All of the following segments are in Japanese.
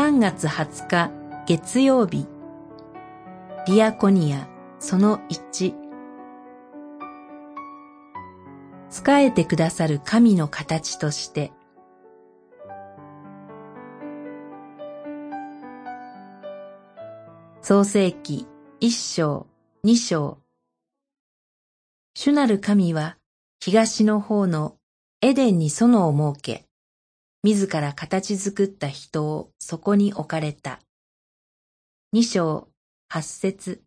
3月20日月曜日、ディアコニアその1。仕えてくださる神の形として。創世記1章2章。主なる神は東の方のエデンに園を設け、自ら形作った人をそこに置かれた。2章8節。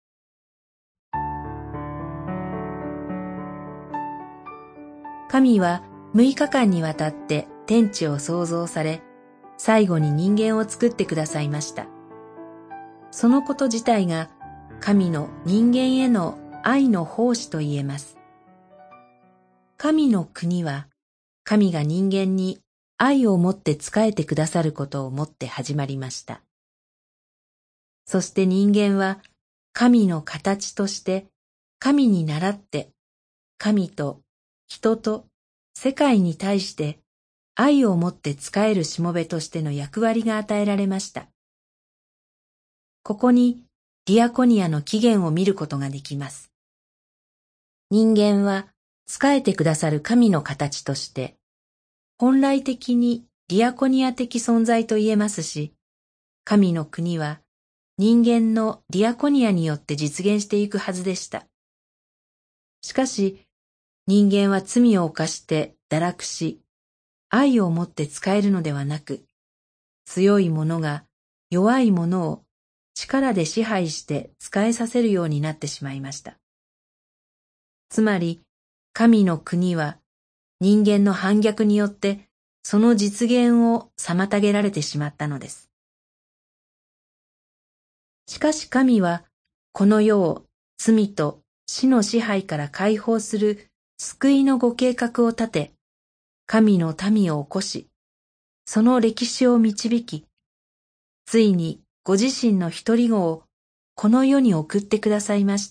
神は6日間にわたって天地を創造され、最後に人間を作ってくださいました。そのこと自体が神の人間への愛の奉仕と言えます。神の国は神が人間に愛をもって仕えてくださることをもって始まりました。そして人間は神の形として神に倣って神と人と世界に対して愛をもって仕えるしもべとしての役割が与えられました。ここにディアコニアの起源を見ることができます。人間は仕えてくださる神の形として、本来的にディアコニア的存在と言えますし、神の国は人間のディアコニアによって実現していくはずでした。しかし、人間は罪を犯して堕落し、愛をもって仕えるのではなく、強い者が弱い者を力で支配して仕えさせるようになってしまいました。つまり、神の国は人間の反逆によってその実現を妨げられてしまったのです。しかし神はこの世を罪と死の支配から解放する救いのご計画を立て、神の民を起こし、その歴史を導き、ついにご自身の一人子をこの世に送ってくださいました。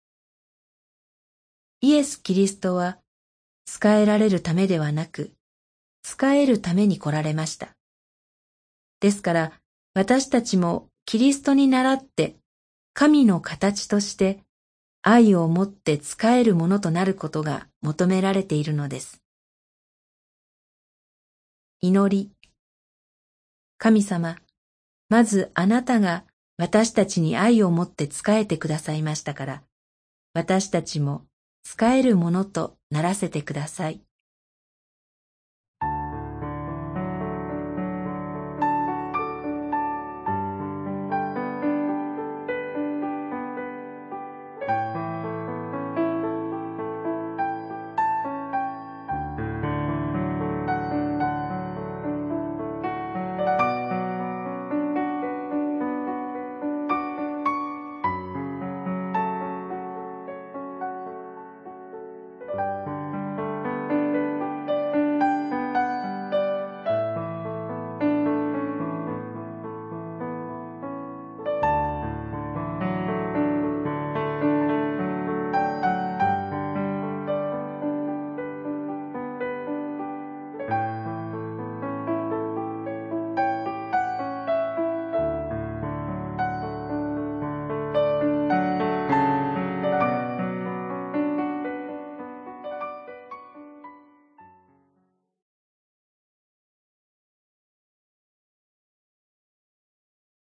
イエス・キリストは仕えられるためではなく、仕えるために来られました。ですから私たちもキリストに倣って神の形として愛をもって仕えるものとなることが求められているのです。祈り。神様、まずあなたが私たちに愛をもって仕えてくださいましたから、私たちも仕えるものとならせてください。